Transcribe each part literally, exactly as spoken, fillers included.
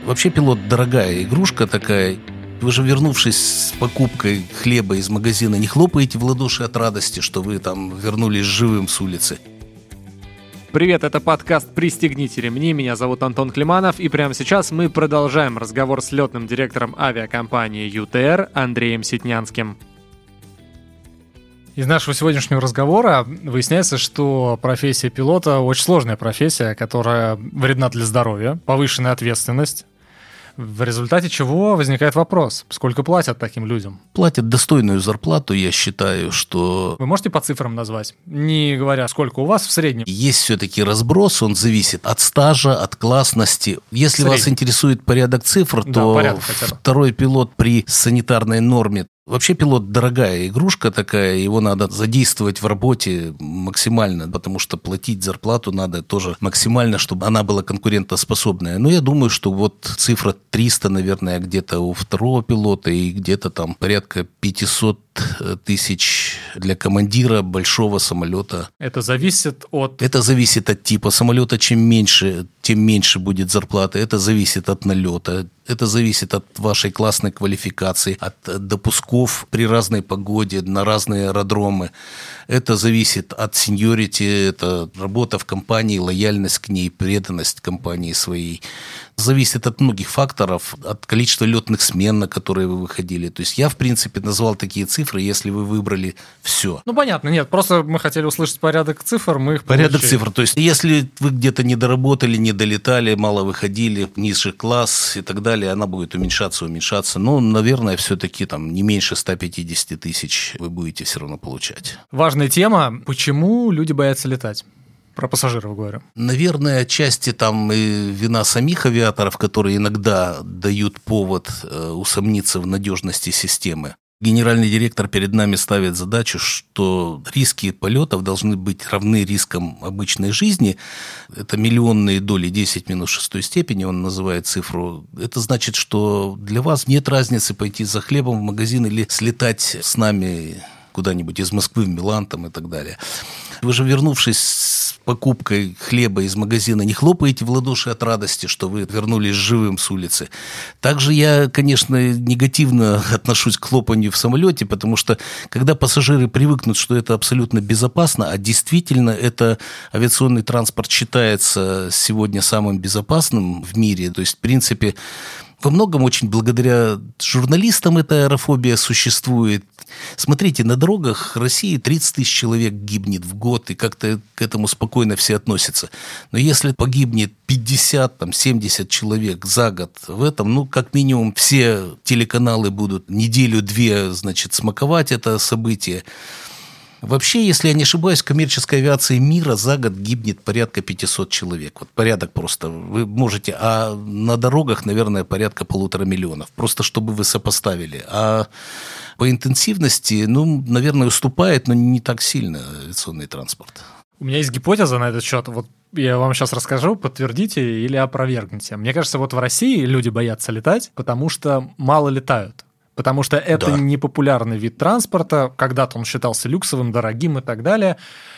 Вообще пилот дорогая игрушка такая. Вы же, вернувшись с покупкой хлеба из магазина, не хлопаете в ладоши от радости, что вы там вернулись живым с улицы. Привет, это подкаст «Пристегните ремни». Меня зовут Антон Климанов, и прямо сейчас мы продолжаем разговор с летным директором авиакомпании ю тэ эр Андреем Ситнянским. Из нашего сегодняшнего разговора выясняется, что профессия пилота очень сложная профессия, которая вредна для здоровья, повышенная ответственность, в результате чего возникает вопрос, сколько платят таким людям? Платят достойную зарплату, я считаю, что... Вы можете по цифрам назвать, не говоря, сколько у вас в среднем? Есть все-таки разброс, он зависит от стажа, от классности. Если вас интересует порядок цифр, да, то порядок хотя бы. Второй пилот при санитарной норме. Вообще пилот дорогая игрушка такая, его надо задействовать в работе максимально, потому что платить зарплату надо тоже максимально, чтобы она была конкурентоспособная. Но я думаю, что вот цифра триста, наверное, где-то у второго пилота и где-то там порядка пятьсот тысяч для командира большого самолета. Это зависит от... Это зависит от типа самолета. Чем меньше, тем меньше будет зарплата. Это зависит от налета. Это зависит от вашей классной квалификации, от допусков при разной погоде на разные аэродромы. Это зависит от сеньорити, это работа в компании, лояльность к ней, преданность компании своей. Зависит от многих факторов, от количества летных смен, на которые вы выходили. То есть я, в принципе, назвал такие цифры, если вы выбрали все. Ну, понятно, нет, просто мы хотели услышать порядок цифр, мы их Порядок получили. цифр, то есть если вы где-то не доработали, не долетали, мало выходили, низший класс и так далее, она будет уменьшаться, уменьшаться. Но, наверное, все-таки там не меньше ста пятидесяти тысяч вы будете все равно получать. Важная тема, почему люди боятся летать? Про пассажиров говорю. Наверное, отчасти там и вина самих авиаторов, которые иногда дают повод э, усомниться в надежности системы. Генеральный директор перед нами ставит задачу, что риски полетов должны быть равны рискам обычной жизни. Это миллионные доли, десять минус шестой степени, он называет цифру. Это значит, что для вас нет разницы пойти за хлебом в магазин или слетать с нами куда-нибудь из Москвы в Милан там, и так далее. Вы же, вернувшись с покупкой хлеба из магазина, не хлопаете в ладоши от радости, что вы вернулись живым с улицы. Также я, конечно, негативно отношусь к хлопанью в самолете, потому что когда пассажиры привыкнут, что это абсолютно безопасно, а действительно это авиационный транспорт считается сегодня самым безопасным в мире, то есть, в принципе, во многом очень благодаря журналистам эта аэрофобия существует. Смотрите, на дорогах России тридцать тысяч человек гибнет в год, и как-то к этому спокойно все относятся. Но если погибнет пятьдесят, там, семьдесят человек за год в этом, ну, как минимум, все телеканалы будут неделю-две, значит, смаковать это событие. Вообще, если я не ошибаюсь, в коммерческой авиации мира за год гибнет порядка пятьсот человек. Вот порядок просто. Вы можете... А на дорогах, наверное, порядка полутора миллионов. Просто чтобы вы сопоставили. А по интенсивности, ну, наверное, уступает, но не так сильно авиационный транспорт. У меня есть гипотеза на этот счет. Вот я вам сейчас расскажу, подтвердите или опровергните. Мне кажется, вот в России люди боятся летать, потому что мало летают. Потому что это да. непопулярный вид транспорта, когда-то он считался люксовым, дорогим и так далее.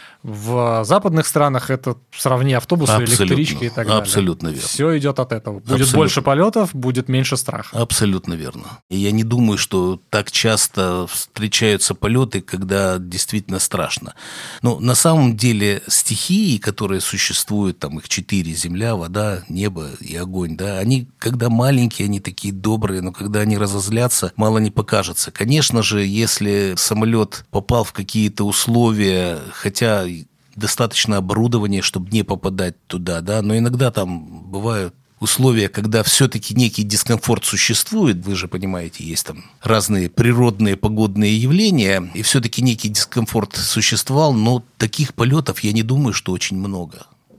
В западных странах это сравни автобусы, абсолютно, электрички и так далее. Абсолютно верно. Все идет от этого. Будет абсолютно. Больше полетов, будет меньше страха. Абсолютно верно. И я не думаю, что так часто встречаются полеты, когда действительно страшно. Но на самом деле стихии, которые существуют, там их четыре: земля, вода, небо и огонь, да, они, когда маленькие, они такие добрые, но когда они разозлятся, мало не покажется. Конечно же, если самолет попал в какие-то условия, хотя достаточно оборудования, чтобы не попадать туда, да, но иногда там бывают условия, когда все-таки некий дискомфорт существует, вы же понимаете, есть там разные природные погодные явления, и все-таки некий дискомфорт существовал, но таких полетов я не думаю, что очень много.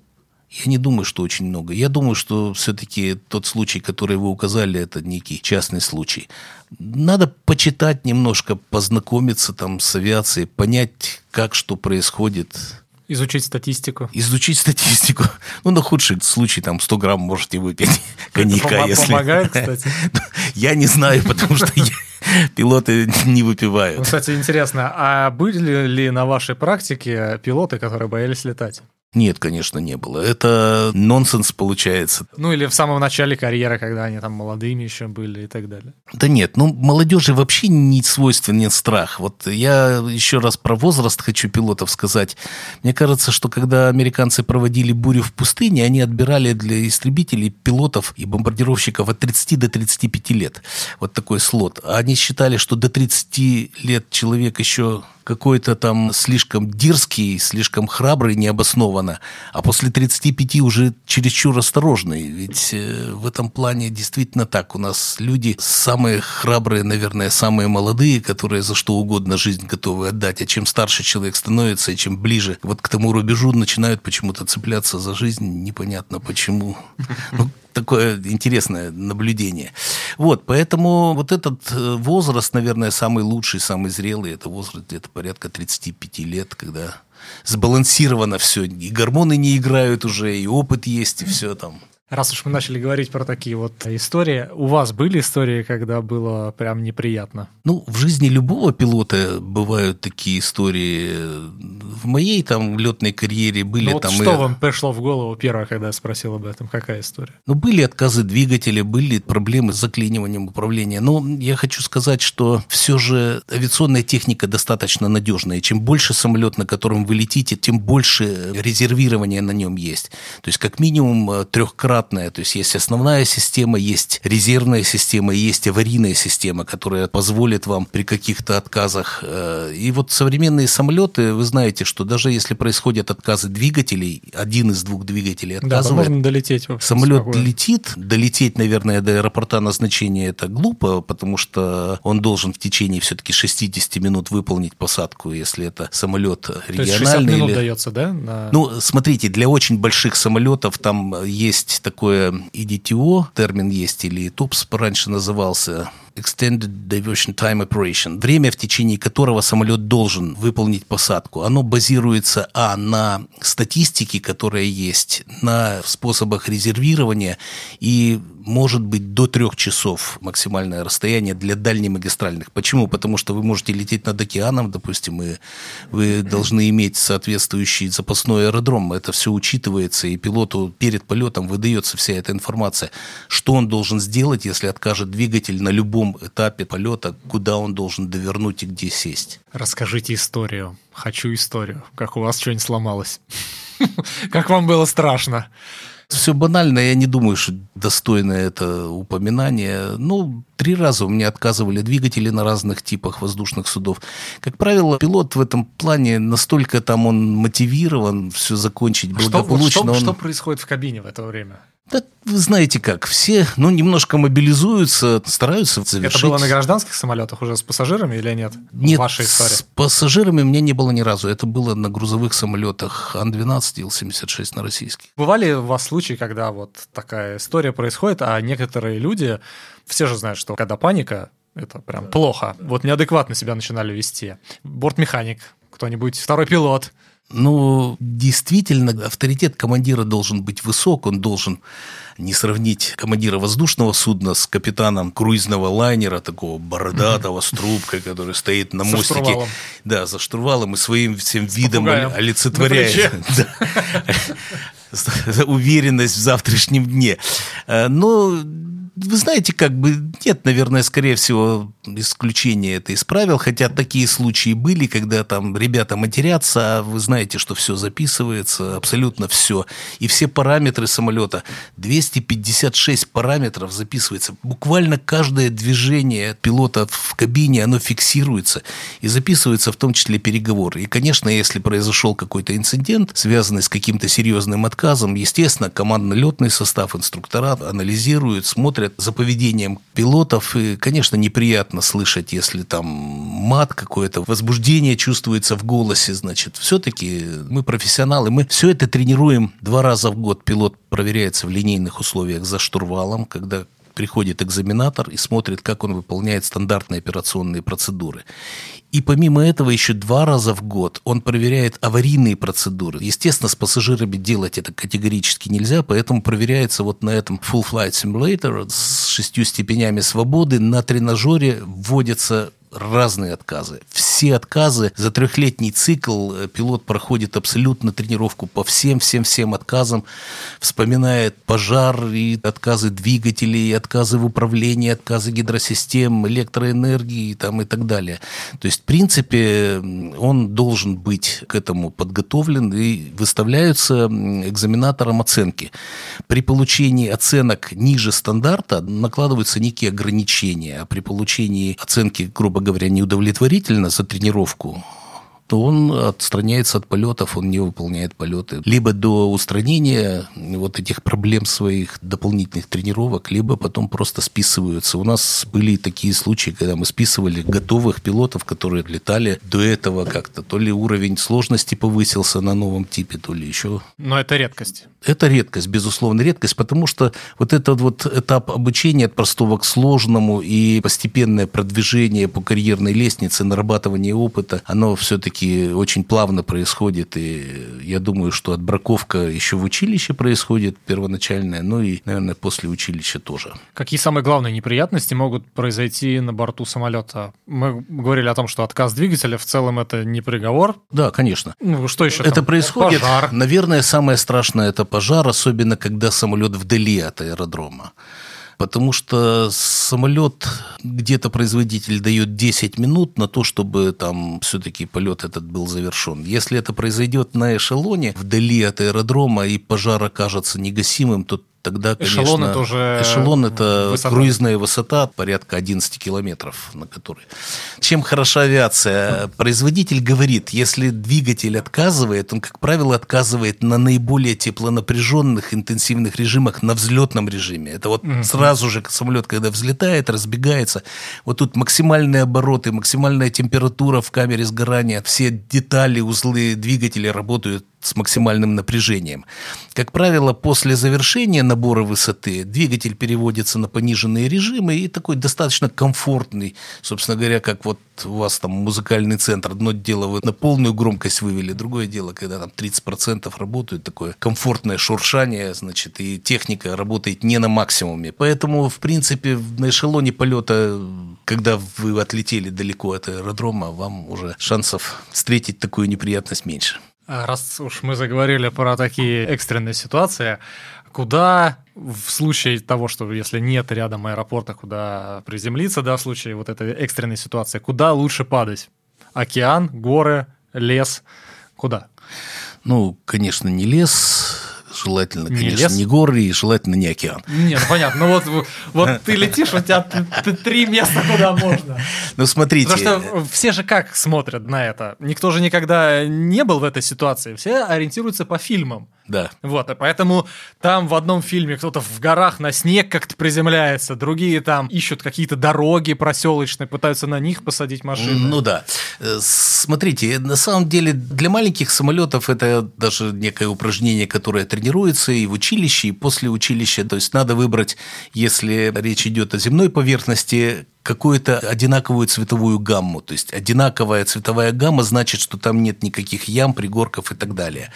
Я не думаю, что очень много. Я думаю, что все-таки тот случай, который вы указали, это некий частный случай. Надо почитать немножко, познакомиться там с авиацией, понять, как что происходит. Изучить статистику. Изучить статистику. Ну, на худший случай, там, сто грамм можете выпить коньяка. Это если... помогает, кстати? Я не знаю, потому что пилоты не выпивают. Ну, кстати, интересно, а были ли на вашей практике пилоты, которые боялись летать? Нет, конечно, не было. Это нонсенс получается. Ну, или в самом начале карьеры, когда они там молодыми еще были и так далее. Да нет, ну, молодежи вообще не свойственен страх. Вот я еще раз про возраст хочу пилотов сказать. Мне кажется, что когда американцы проводили бурю в пустыне, они отбирали для истребителей пилотов и бомбардировщиков от тридцати до тридцати пяти лет. Вот такой слот. Они считали, что до тридцати лет человек еще какой-то там слишком дерзкий, слишком храбрый, необоснованно, а после тридцати пяти уже чересчур осторожный. Ведь в этом плане действительно так. У нас люди самые храбрые, наверное, самые молодые, которые за что угодно жизнь готовы отдать. А чем старше человек становится, и чем ближе вот к тому рубежу, начинают почему-то цепляться за жизнь, непонятно почему. Ну, такое интересное наблюдение. Вот, поэтому вот этот возраст, наверное, самый лучший, самый зрелый, это возраст где-то порядка тридцати пяти лет, когда сбалансировано все, и гормоны не играют уже, и опыт есть, и все там. Раз уж мы начали говорить про такие вот истории, у вас были истории, когда было прям неприятно? Ну, в жизни любого пилота бывают такие истории. В моей там летной карьере были ну, там... Вот что и... вам пришло в голову первое, когда я спросил об этом? Какая история? Ну, были отказы двигателя, были проблемы с заклиниванием управления. Но я хочу сказать, что все же авиационная техника достаточно надежная. Чем больше самолет, на котором вы летите, тем больше резервирования на нем есть. То есть, как минимум, трехкратно. То есть есть основная система, есть резервная система, есть аварийная система, которая позволит вам при каких-то отказах. И вот современные самолеты, вы знаете, что даже если происходят отказы двигателей, один из двух двигателей отказывает, да, можно долететь. Самолет спокойно летит. Долететь, наверное, до аэропорта назначения это глупо, потому что он должен в течение все-таки шестидесяти минут выполнить посадку, если это самолет региональный. То есть шестьдесят минут или... дается, да? На... Ну, смотрите, для очень больших самолетов там есть такое и ди ти о, термин есть, или топс раньше назывался, Extended Diversion Time Operation, время, в течение которого самолет должен выполнить посадку. Оно базируется, а, на статистике, которая есть, на способах резервирования, и может быть до трех часов максимальное расстояние для дальнемагистральных. Почему? Потому что вы можете лететь над океаном, допустим, и вы должны иметь соответствующий запасной аэродром. Это все учитывается, и пилоту перед полетом выдается вся эта информация, что он должен сделать, если откажет двигатель на любом этапе полета, куда он должен довернуть и где сесть. Расскажите историю. Хочу историю. Как у вас что-нибудь сломалось? Как вам было страшно? Все банально, я не думаю, что достойное это упоминание. Ну, три раза у меня отказывали двигатели на разных типах воздушных судов. Как правило, пилот в этом плане настолько там он мотивирован все закончить благополучно. Что, вот, что, он... что происходит в кабине в это время? Да, вы знаете как, все, ну, немножко мобилизуются, стараются завершить. Это было на гражданских самолетах уже с пассажирами или нет? Нет, Ваша история. С пассажирами у меня не было ни разу. Это было на грузовых самолетах Ан двенадцать, Ил семьдесят шесть на российских. Бывали у вас случаи, когда вот такая история происходит, а некоторые люди, все же знают, что когда паника, это прям плохо. Вот неадекватно себя начинали вести. Бортмеханик, кто-нибудь, второй пилот. Ну, действительно, авторитет командира должен быть высок, он должен не сравнить командира воздушного судна с капитаном круизного лайнера, такого бородатого, с трубкой, который стоит на мостике. За штурвалом. Да, за штурвалом и своим всем видом олицетворяет уверенность в завтрашнем дне. Но... Вы знаете, как бы нет, наверное, скорее всего, исключение это из правил, хотя такие случаи были, когда там ребята матерятся, а вы знаете, что все записывается, абсолютно все. И все параметры самолета, двести пятьдесят шесть параметров записывается. Буквально каждое движение пилота в кабине, оно фиксируется и записывается в том числе переговоры. И, конечно, если произошел какой-то инцидент, связанный с каким-то серьезным отказом, естественно, командно-летный состав, инструктора анализируют, смотрят за поведением пилотов, и, конечно, неприятно слышать, если там мат какое-то, возбуждение чувствуется в голосе, значит, все-таки мы профессионалы, мы все это тренируем два раза в год. Пилот проверяется в линейных условиях за штурвалом, когда приходит экзаменатор и смотрит, как он выполняет стандартные операционные процедуры. И помимо этого еще два раза в год он проверяет аварийные процедуры. Естественно, с пассажирами делать это категорически нельзя, поэтому проверяется вот на этом Full Flight Simulator с шестью степенями свободы. На тренажере вводятся разные отказы. Все все отказы за трехлетний цикл пилот проходит абсолютно тренировку по всем-всем-всем отказам, вспоминает пожар и отказы двигателей, и отказы в управлении, отказы гидросистем, электроэнергии там, и так далее. То есть, в принципе, он должен быть к этому подготовлен, и выставляются экзаменатором оценки. При получении оценок ниже стандарта накладываются некие ограничения, а при получении оценки, грубо говоря, неудовлетворительно за тренировку, то он отстраняется от полетов, он не выполняет полеты. Либо до устранения вот этих проблем своих дополнительных тренировок, либо потом просто списываются. У нас были такие случаи, когда мы списывали готовых пилотов, которые летали до этого как-то. То ли уровень сложности повысился на новом типе, то ли еще. Но это редкость. Это редкость, безусловно, редкость, потому что вот этот вот этап обучения от простого к сложному и постепенное продвижение по карьерной лестнице, нарабатывание опыта, оно все-таки очень плавно происходит, и я думаю, что отбраковка еще в училище происходит первоначальная, ну и, наверное, после училища тоже. Какие самые главные неприятности могут произойти на борту самолета? Мы говорили о том, что отказ двигателя в целом это не приговор. Да, конечно. Ну, что еще это там? происходит? Пожар. Наверное, самое страшное – это пожар, особенно когда самолет вдали от аэродрома. Потому что самолет, где-то производитель дает десять минут на то, чтобы там все-таки полет этот был завершен. Если это произойдет на эшелоне, вдали от аэродрома, и пожар окажется негасимым, то тогда, конечно... Эшелон – это уже Эшелон – это высота. Круизная высота, порядка одиннадцать километров, на которой. Чем хороша авиация? Производитель говорит, если двигатель отказывает, он, как правило, отказывает на наиболее теплонапряженных, интенсивных режимах, на взлетном режиме. Это вот mm-hmm. сразу же самолет, когда взлетает, разбегается. Вот тут максимальные обороты, максимальная температура в камере сгорания, все детали, узлы двигателя работают с максимальным напряжением. Как правило, после завершения набора высоты двигатель переводится на пониженные режимы и такой достаточно комфортный, собственно говоря, как вот у вас там музыкальный центр. Одно дело вы на полную громкость вывели, другое дело, когда там тридцать процентов работает, такое комфортное шуршание, значит, и техника работает не на максимуме. Поэтому, в принципе, на эшелоне полета, когда вы отлетели далеко от аэродрома, вам уже шансов встретить такую неприятность меньше. Раз уж мы заговорили про такие экстренные ситуации, куда в случае того, что если нет рядом аэропорта, куда приземлиться, да, в случае вот этой экстренной ситуации, куда лучше падать? Океан, горы, лес? Куда? Ну, конечно, не лес, желательно, не конечно, лес? не горы и желательно не океан. Нет, ну понятно. Ну вот, вот ты летишь, у тебя три места, куда можно. Ну смотрите. Потому что все же как смотрят на это? Никто же никогда не был в этой ситуации. Все ориентируются по фильмам. Да. Вот, и поэтому там в одном фильме кто-то в горах на снег как-то приземляется, другие там ищут какие-то дороги проселочные, пытаются на них посадить машины. Ну да. Смотрите, на самом деле для маленьких самолетов это даже некое упражнение, которое тренируется и в училище, и после училища. То есть надо выбрать, если речь идет о земной поверхности, какую-то одинаковую цветовую гамму. То есть одинаковая цветовая гамма значит, что там нет никаких ям, пригорков и так далее.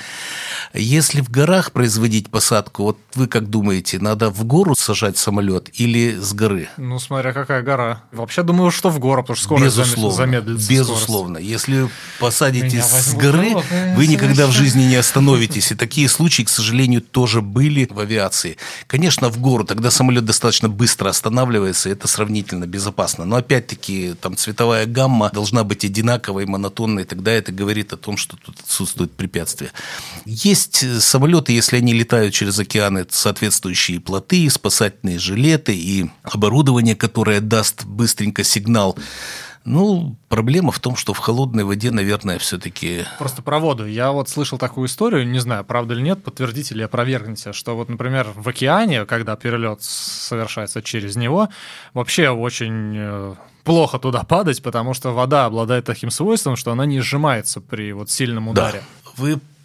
Если в горах производить посадку, вот вы как думаете, надо в гору сажать самолет или с горы? Ну, смотря какая гора. Вообще думаю, что в гору, потому что скорость безусловно, замедлится. Безусловно. Скорость. Если посадите Меня с возьмут горы, в вы никогда в жизни не остановитесь. И такие случаи, к сожалению, тоже были в авиации. Конечно, в гору, тогда самолет достаточно быстро останавливается, и это сравнительно безопасно. Но опять-таки там цветовая гамма должна быть одинаковой, монотонной, тогда это говорит о том, что тут отсутствует препятствие. Есть самолеты, если они летают через океаны, соответствующие плоты, спасательные жилеты и оборудование, которое даст быстренько сигнал. Ну, проблема в том, что в холодной воде, наверное, все-таки... Просто про воду. Я вот слышал такую историю, не знаю, правда или нет, подтвердите или опровергните, что вот, например, в океане, когда перелет совершается через него, вообще очень плохо туда падать, потому что вода обладает таким свойством, что она не сжимается при вот сильном ударе. Да. Вы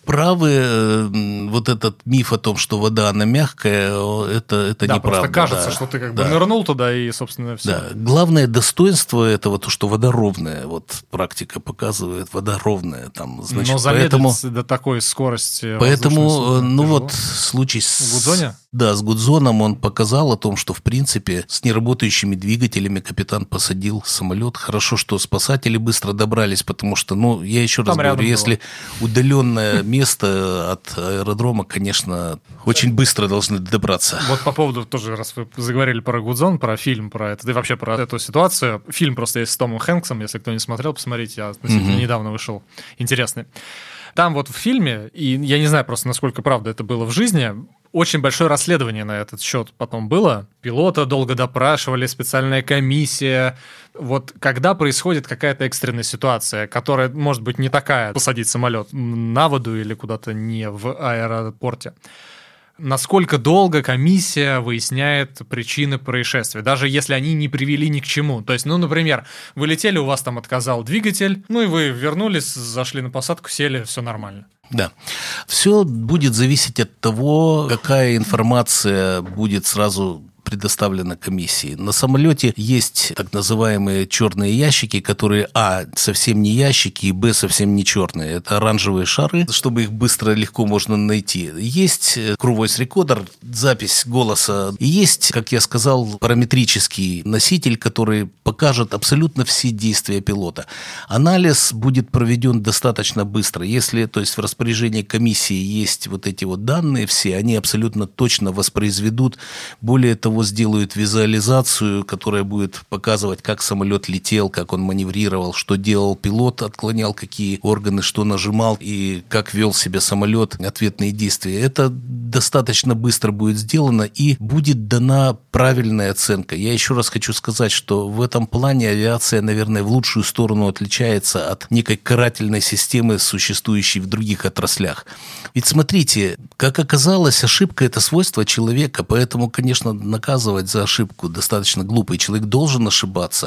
правы. Вот этот миф о том, что вода, она мягкая, это, это да, неправда. Просто кажется, да. что ты как да. бы нырнул туда и, собственно, все. Да. Главное достоинство этого, то, что вода ровная. Вот практика показывает, вода ровная. Там, значит, Но замедлить поэтому, до такой скорости... Поэтому, ну тяжело. вот, случай с... В Гудзоне? Да, с Гудзоном он показал о том, что, в принципе, с неработающими двигателями капитан посадил самолет. Хорошо, что спасатели быстро добрались, потому что, ну, я еще раз Там говорю, если было. удаленное место от аэродрома, конечно, очень быстро должны добраться. Вот по поводу тоже, раз вы заговорили про Гудзон, про фильм, про это, да и вообще про эту ситуацию. Фильм просто есть с Томом Хэнксом, если кто не смотрел, посмотрите, относительно mm-hmm. недавно вышел. Интересный. Там вот в фильме, и я не знаю просто, насколько правда это было в жизни, очень большое расследование на этот счет потом было. Пилота долго допрашивали, специальная комиссия. Вот когда происходит какая-то экстренная ситуация, которая, может быть, не такая, посадить самолет на воду или куда-то не в аэропорте, насколько долго комиссия выясняет причины происшествия, даже если они не привели ни к чему. То есть, ну, например, вы летели, у вас там отказал двигатель, ну и вы вернулись, зашли на посадку, сели, все нормально. Да. Все будет зависеть от того, какая информация будет сразу предоставлена комиссии. На самолете есть так называемые черные ящики, которые, а, совсем не ящики, и, б, совсем не черные. Это оранжевые шары, чтобы их быстро, легко можно найти. Есть Crew Voice Recorder, запись голоса. И есть, как я сказал, параметрический носитель, который покажет абсолютно все действия пилота. Анализ будет проведен достаточно быстро. Если, то есть, в распоряжении комиссии есть вот эти вот данные все, они абсолютно точно воспроизведут. Более того, сделают визуализацию, которая будет показывать, как самолет летел, как он маневрировал, что делал пилот, отклонял какие органы, что нажимал и как вел себя самолет, ответные действия. Это достаточно быстро будет сделано и будет дана правильная оценка. Я еще раз хочу сказать, что в этом плане авиация, наверное, в лучшую сторону отличается от некой карательной системы, существующей в других отраслях. Ведь смотрите, как оказалось, ошибка – это свойство человека, поэтому, конечно, наказывать за ошибку достаточно глупо, и человек должен ошибаться.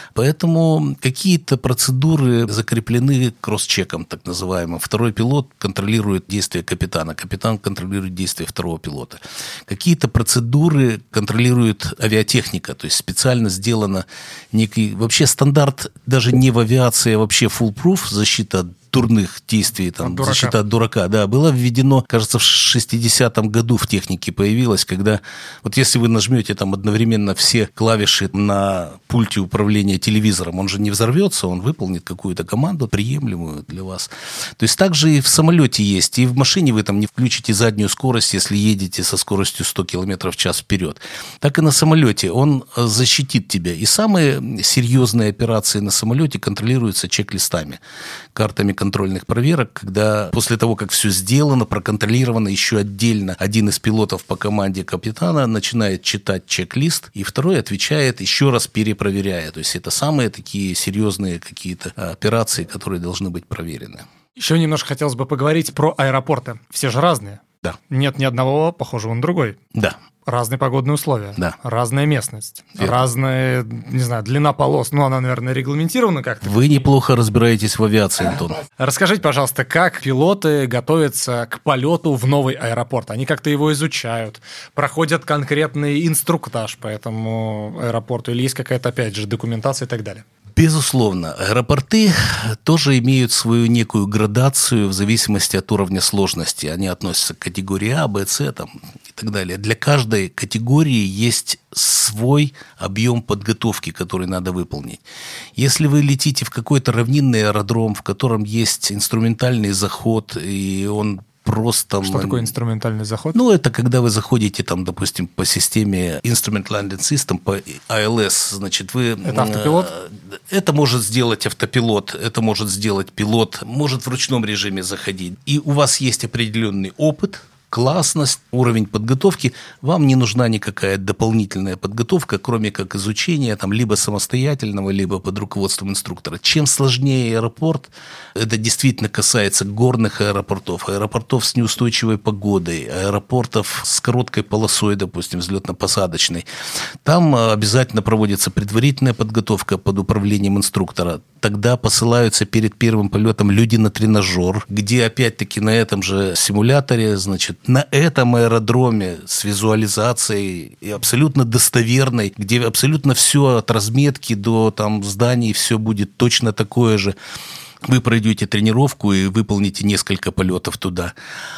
Поэтому какие-то процедуры закреплены кросс-чеком, так называемым. Второй пилот контролирует действия капитана, капитан контролирует действия второго пилота. Какие-то процедуры контролирует авиатехника, то есть специально сделано некий, вообще стандарт даже не в авиации, а вообще full-proof, защита от дурных действий, там, от защита от дурака, да, было введено, кажется, в шестидесятом году в технике появилось, когда вот если вы нажмете там одновременно все клавиши на пульте управления телевизором, он же не взорвется, он выполнит какую-то команду, приемлемую для вас. То есть также и в самолете есть, и в машине вы там не включите заднюю скорость, если едете со скоростью сто километров в час вперед. Так и на самолете он защитит тебя. И самые серьезные операции на самолете контролируются чек-листами, картами контрольных проверок, когда после того, как все сделано, проконтролировано, еще отдельно один из пилотов по команде капитана начинает читать чек-лист, и второй отвечает, еще раз перепроверяя. То есть это самые такие серьезные какие-то операции, которые должны быть проверены. Еще немножко хотелось бы поговорить про аэропорты. Все же разные. Да. Нет ни одного похожего на другой. Да. Разные погодные условия, да. разная местность, Верно. Разная, не знаю, длина полос. Ну, она, наверное, регламентирована как-то. Вы неплохо разбираетесь в авиации, Антон. Расскажите, пожалуйста, как пилоты готовятся к полету в новый аэропорт? Они как-то его изучают, проходят конкретный инструктаж по этому аэропорту, или есть какая-то, опять же, документация и так далее? Безусловно, аэропорты тоже имеют свою некую градацию в зависимости от уровня сложности. Они относятся к категории А, Б, С там, и так далее. Для каждой категории есть свой объем подготовки, который надо выполнить. Если вы летите в какой-то равнинный аэродром, в котором есть инструментальный заход, и он просто... Что такое инструментальный заход? Ну, это когда вы заходите, там, допустим, по системе Instrument Landing System, по ай эл эс, значит, вы... Это автопилот? Это может сделать автопилот, это может сделать пилот, может в ручном режиме заходить. И у вас есть определенный опыт, классность, уровень подготовки, вам не нужна никакая дополнительная подготовка, кроме как изучения там, либо самостоятельного, либо под руководством инструктора. Чем сложнее аэропорт, это действительно касается горных аэропортов, аэропортов с неустойчивой погодой, аэропортов с короткой полосой, допустим, взлетно-посадочной. Там обязательно проводится предварительная подготовка под управлением инструктора. Тогда посылаются перед первым полетом люди на тренажер, где опять-таки на этом же симуляторе, значит, на этом аэродроме с визуализацией и абсолютно достоверной, где абсолютно все от разметки до там зданий, все будет точно такое же. Вы пройдете тренировку и выполните несколько полетов туда.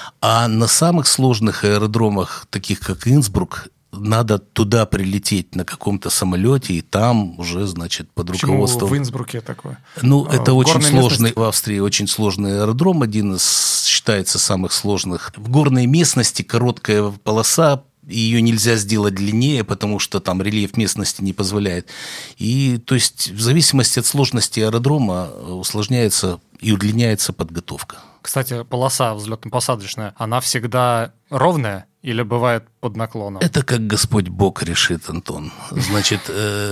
А на самых сложных аэродромах, таких как Инсбрук, надо туда прилететь на каком-то самолете, и там уже, значит, под Почему руководством... в Инсбруке такое? Ну, а, это очень сложный, местности? в Австрии очень сложный аэродром, один из, считается, самых сложных. В горной местности короткая полоса, ее нельзя сделать длиннее, потому что там рельеф местности не позволяет. И, то есть, в зависимости от сложности аэродрома усложняется и удлиняется подготовка. Кстати, полоса взлетно-посадочная, она всегда ровная или бывает под наклоном? Это как Господь Бог решит, Антон. Значит,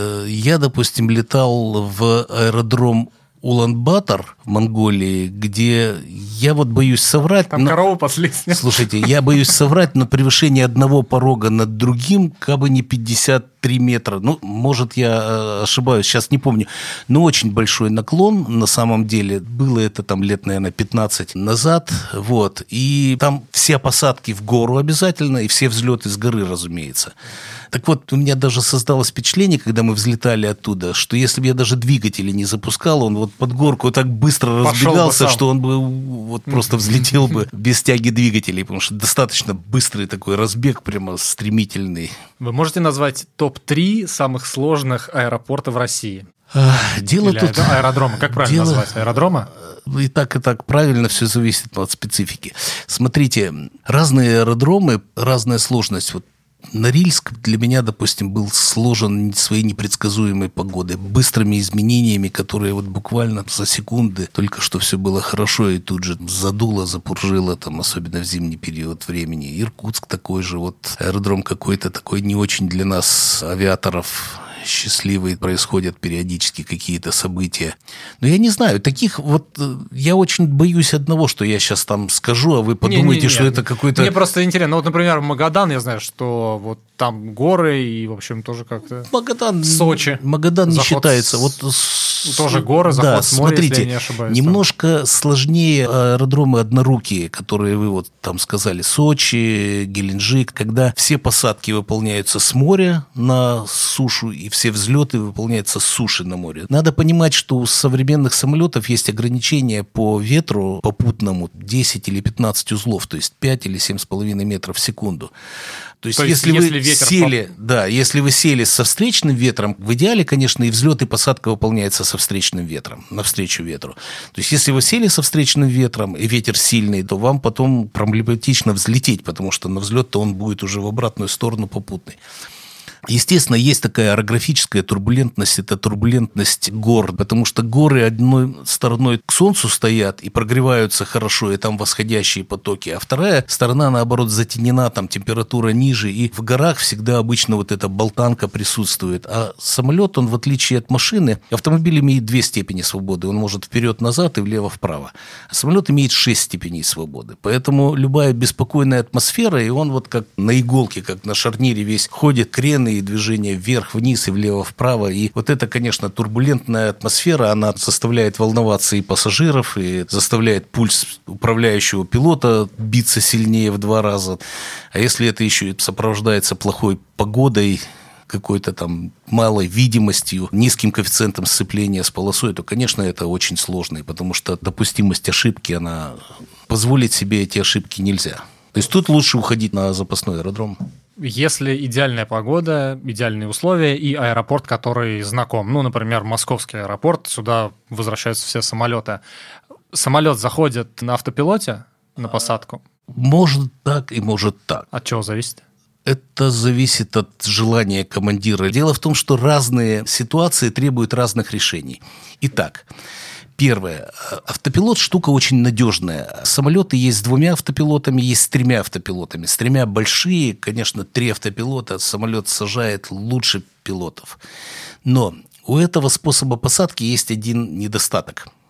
я, допустим, летал в аэродром Улан-Батор в Монголии, где я вот боюсь соврать. Там но... корову паслись. Слушайте, я боюсь соврать, но превышение одного порога над другим, как бы не пятьдесят три метра. Ну, может, я ошибаюсь, сейчас не помню. Но очень большой наклон, на самом деле. Было это там лет, наверное, пятнадцать назад. Вот. И там все посадки в гору обязательно, и все взлеты с горы, разумеется. Так вот, у меня даже создалось впечатление, когда мы взлетали оттуда, что если бы я даже двигатели не запускал, он вот под горку так быстро Пошел разбегался, бы что он бы вот просто взлетел бы без тяги двигателей, потому что достаточно быстрый такой разбег, прямо стремительный. Вы можете назвать топ три самых сложных аэропортов России? Дело Или тут... аэродрома, как правильно дело... назвать? Аэродрома? И так, и так правильно, все зависит от специфики. Смотрите, разные аэродромы, разная сложность. Вот Норильск для меня, допустим, был сложен своей непредсказуемой погодой, быстрыми изменениями, которые вот буквально за секунды только что все было хорошо, и тут же задуло, запуржило, там, особенно в зимний период времени. Иркутск такой же, вот аэродром какой-то такой не очень для нас, авиаторов, счастливые, происходят периодически какие-то события. Но я не знаю, таких вот... Я очень боюсь одного, что я сейчас там скажу, а вы подумаете, не, не, не. что это какой-то... Мне просто интересно. Ну, вот, например, Магадан, я знаю, что вот там горы и, в общем, тоже как-то... Магадан... Сочи. Магадан заход не считается. С... Вот тоже горы, заход да, с моря, смотрите, если я не ошибаюсь. Немножко сложнее аэродромы однорукие, которые вы вот там сказали, Сочи, Геленджик, когда все посадки выполняются с моря на сушу, и все взлеты выполняются с суши на море. Надо понимать, что у современных самолетов есть ограничения по ветру попутному десять или пятнадцать узлов, то есть пять или семь с половиной метров в секунду. То есть, то есть если, если вы ветер сели, по... да, если вы сели со встречным ветром, в идеале, конечно, и взлет, и посадка выполняется со встречным ветром, навстречу ветру. То есть если вы сели со встречным ветром, и ветер сильный, то вам потом проблематично взлететь, потому что на взлет-то он будет уже в обратную сторону попутный. Естественно, есть такая орографическая турбулентность, это турбулентность гор, потому что горы одной стороной к солнцу стоят и прогреваются хорошо, и там восходящие потоки, а вторая сторона, наоборот, затенена, там температура ниже, и в горах всегда обычно вот эта болтанка присутствует. А самолет, он, в отличие от машины, автомобиль имеет две степени свободы, он может вперед-назад и влево-вправо, а самолет имеет шесть степеней свободы, поэтому любая беспокойная атмосфера, и он вот как на иголке, как на шарнире весь ходит, крены и движение вверх-вниз и влево-вправо. И вот эта, конечно, турбулентная атмосфера, она заставляет волноваться и пассажиров, и заставляет пульс управляющего пилота биться сильнее в два раза. А если это еще и сопровождается плохой погодой, какой-то там малой видимостью, низким коэффициентом сцепления с полосой, то, конечно, это очень сложно, потому что допустимость ошибки, она... Позволить себе эти ошибки нельзя. То есть тут лучше уходить на запасной аэродром. Если идеальная погода, идеальные условия и аэропорт, который знаком, ну, например, московский аэропорт, сюда возвращаются все самолеты. Самолет заходит на автопилоте на посадку? Может так и может так. От чего зависит? Это зависит от желания командира. Дело в том, что разные ситуации требуют разных решений. Итак, первое. Автопилот – штука очень надежная. Самолеты есть с двумя автопилотами, есть с тремя автопилотами. С тремя большие, конечно, три автопилота. Самолет сажает лучше пилотов. Но у этого способа посадки есть один недостаток.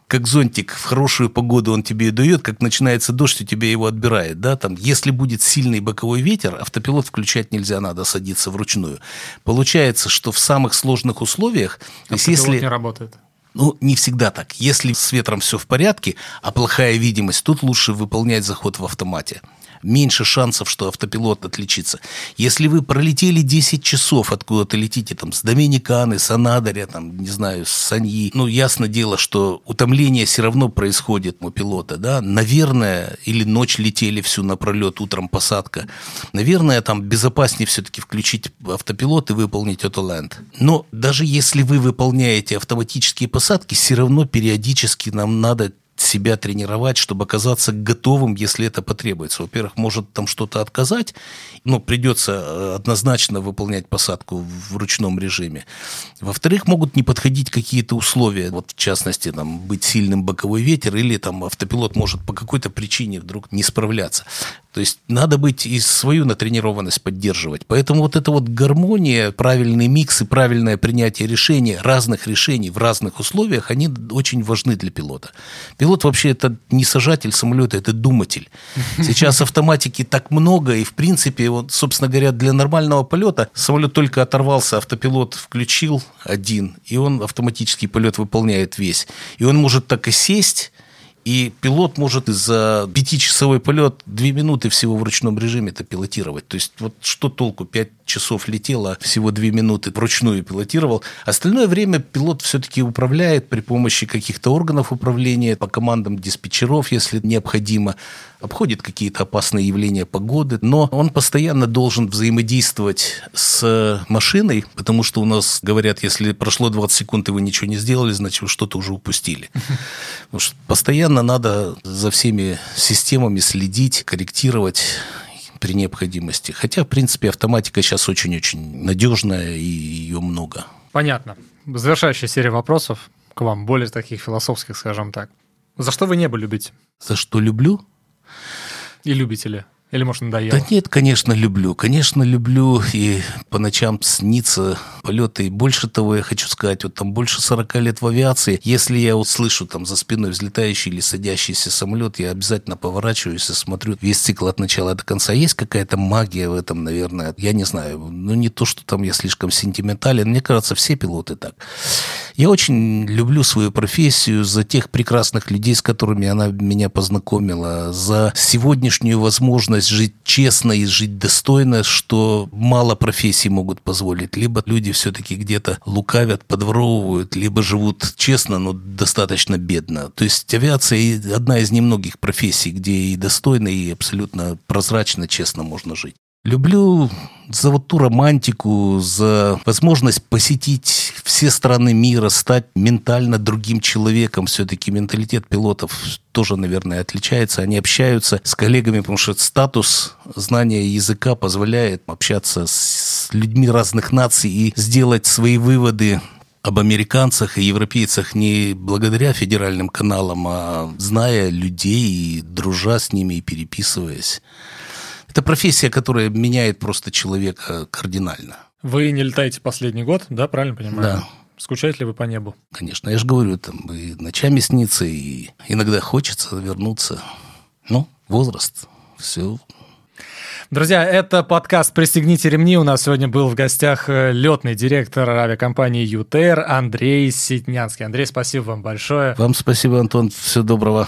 как зонтик, в хорошую погоду он тебе и дает, как начинается дождь, у тебя его отбирает, да, там, если будет сильный боковой ветер, автопилот включать нельзя, надо садиться вручную. Получается, что в самых сложных условиях... Автопилот если... не работает. Ну, не всегда так. Если с ветром все в порядке, а плохая видимость, тут лучше выполнять заход в автомате. Меньше шансов, что автопилот отличится. Если вы пролетели десять часов, откуда-то летите, там, с Доминиканы, с Анадыря, там, не знаю, с Саньи, ну, ясно дело, что утомление все равно происходит у пилота, да, наверное, или ночь летели всю напролет, утром посадка, наверное, там безопаснее все-таки включить автопилот и выполнить автоленд. Но даже если вы выполняете автоматические посадки, все равно периодически нам надо себя тренировать, чтобы оказаться готовым, если это потребуется. Во-первых, может там что-то отказать, но придется однозначно выполнять посадку в ручном режиме. Во-вторых, могут не подходить какие-то условия, вот в частности, там, быть сильным боковой ветер, или там автопилот может по какой-то причине вдруг не справляться. То есть надо быть и свою натренированность поддерживать. Поэтому вот эта вот гармония, правильный микс и правильное принятие решений, разных решений в разных условиях, они очень важны для пилота. Пилот вообще это не сажатель самолета, это думатель. Сейчас автоматики так много, и в принципе, вот, собственно говоря, для нормального полета самолет только оторвался, автопилот включил один, и он автоматический полет выполняет весь. И он может так и сесть, и пилот может за пятичасовой полет две минуты всего в ручном режиме это пилотировать. То есть вот что толку? Пять часов летело, всего две минуты вручную пилотировал. Остальное время пилот все-таки управляет при помощи каких-то органов управления, по командам диспетчеров, если необходимо, обходит какие-то опасные явления погоды, но он постоянно должен взаимодействовать с машиной, потому что у нас говорят, если прошло двадцать секунд и вы ничего не сделали, значит вы что-то уже упустили. Потому что постоянно надо за всеми системами следить, корректировать при необходимости. Хотя, в принципе, автоматика сейчас очень-очень надежная, и ее много. Понятно. Завершающая серия вопросов к вам, более таких философских, скажем так. За что вы небо любите? За что люблю? И любите ли? Или, может, надоело? Да нет, конечно, люблю. Конечно, люблю, и по ночам снится полеты. И больше того, я хочу сказать, вот там больше сорока лет в авиации. Если я вот слышу там за спиной взлетающий или садящийся самолет, я обязательно поворачиваюсь и смотрю весь цикл от начала до конца. Есть какая-то магия в этом, наверное. Я не знаю. Ну, не то, что там я слишком сентиментален. Мне кажется, все пилоты так. Я очень люблю свою профессию за тех прекрасных людей, с которыми она меня познакомила, за сегодняшнюю возможность жить честно и жить достойно, что мало профессий могут позволить. Либо люди все-таки где-то лукавят, подворовывают, либо живут честно, но достаточно бедно. То есть авиация одна из немногих профессий, где и достойно, и абсолютно прозрачно, честно можно жить. Люблю за вот ту романтику, за возможность посетить все страны мира, стать ментально другим человеком. Все-таки менталитет пилотов тоже, наверное, отличается. Они общаются с коллегами, потому что статус знания языка позволяет общаться с людьми разных наций и сделать свои выводы об американцах и европейцах не благодаря федеральным каналам, а зная людей и дружа с ними и переписываясь. Это профессия, которая меняет просто человека кардинально. Вы не летаете последний год, да, правильно понимаю? Да. Скучаете ли вы по небу? Конечно, я же говорю, там и ночами снится, и иногда хочется вернуться. Ну, возраст, все. Друзья, это подкаст «Пристегните ремни». У нас сегодня был в гостях летный директор авиакомпании ю ти эй ар Андрей Ситнянский. Андрей, спасибо вам большое. Вам спасибо, Антон. Всего доброго.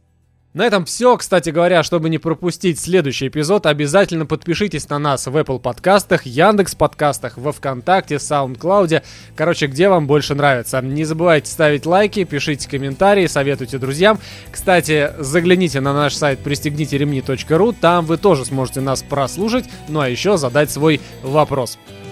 На этом все. Кстати говоря, чтобы не пропустить следующий эпизод, обязательно подпишитесь на нас в Apple подкастах, Яндекс подкастах, во Вконтакте, SoundCloud. Короче, где вам больше нравится. Не забывайте ставить лайки, пишите комментарии, советуйте друзьям. Кстати, загляните на наш сайт пристегните ремни точка ру. Там вы тоже сможете нас прослушать, ну а еще задать свой вопрос.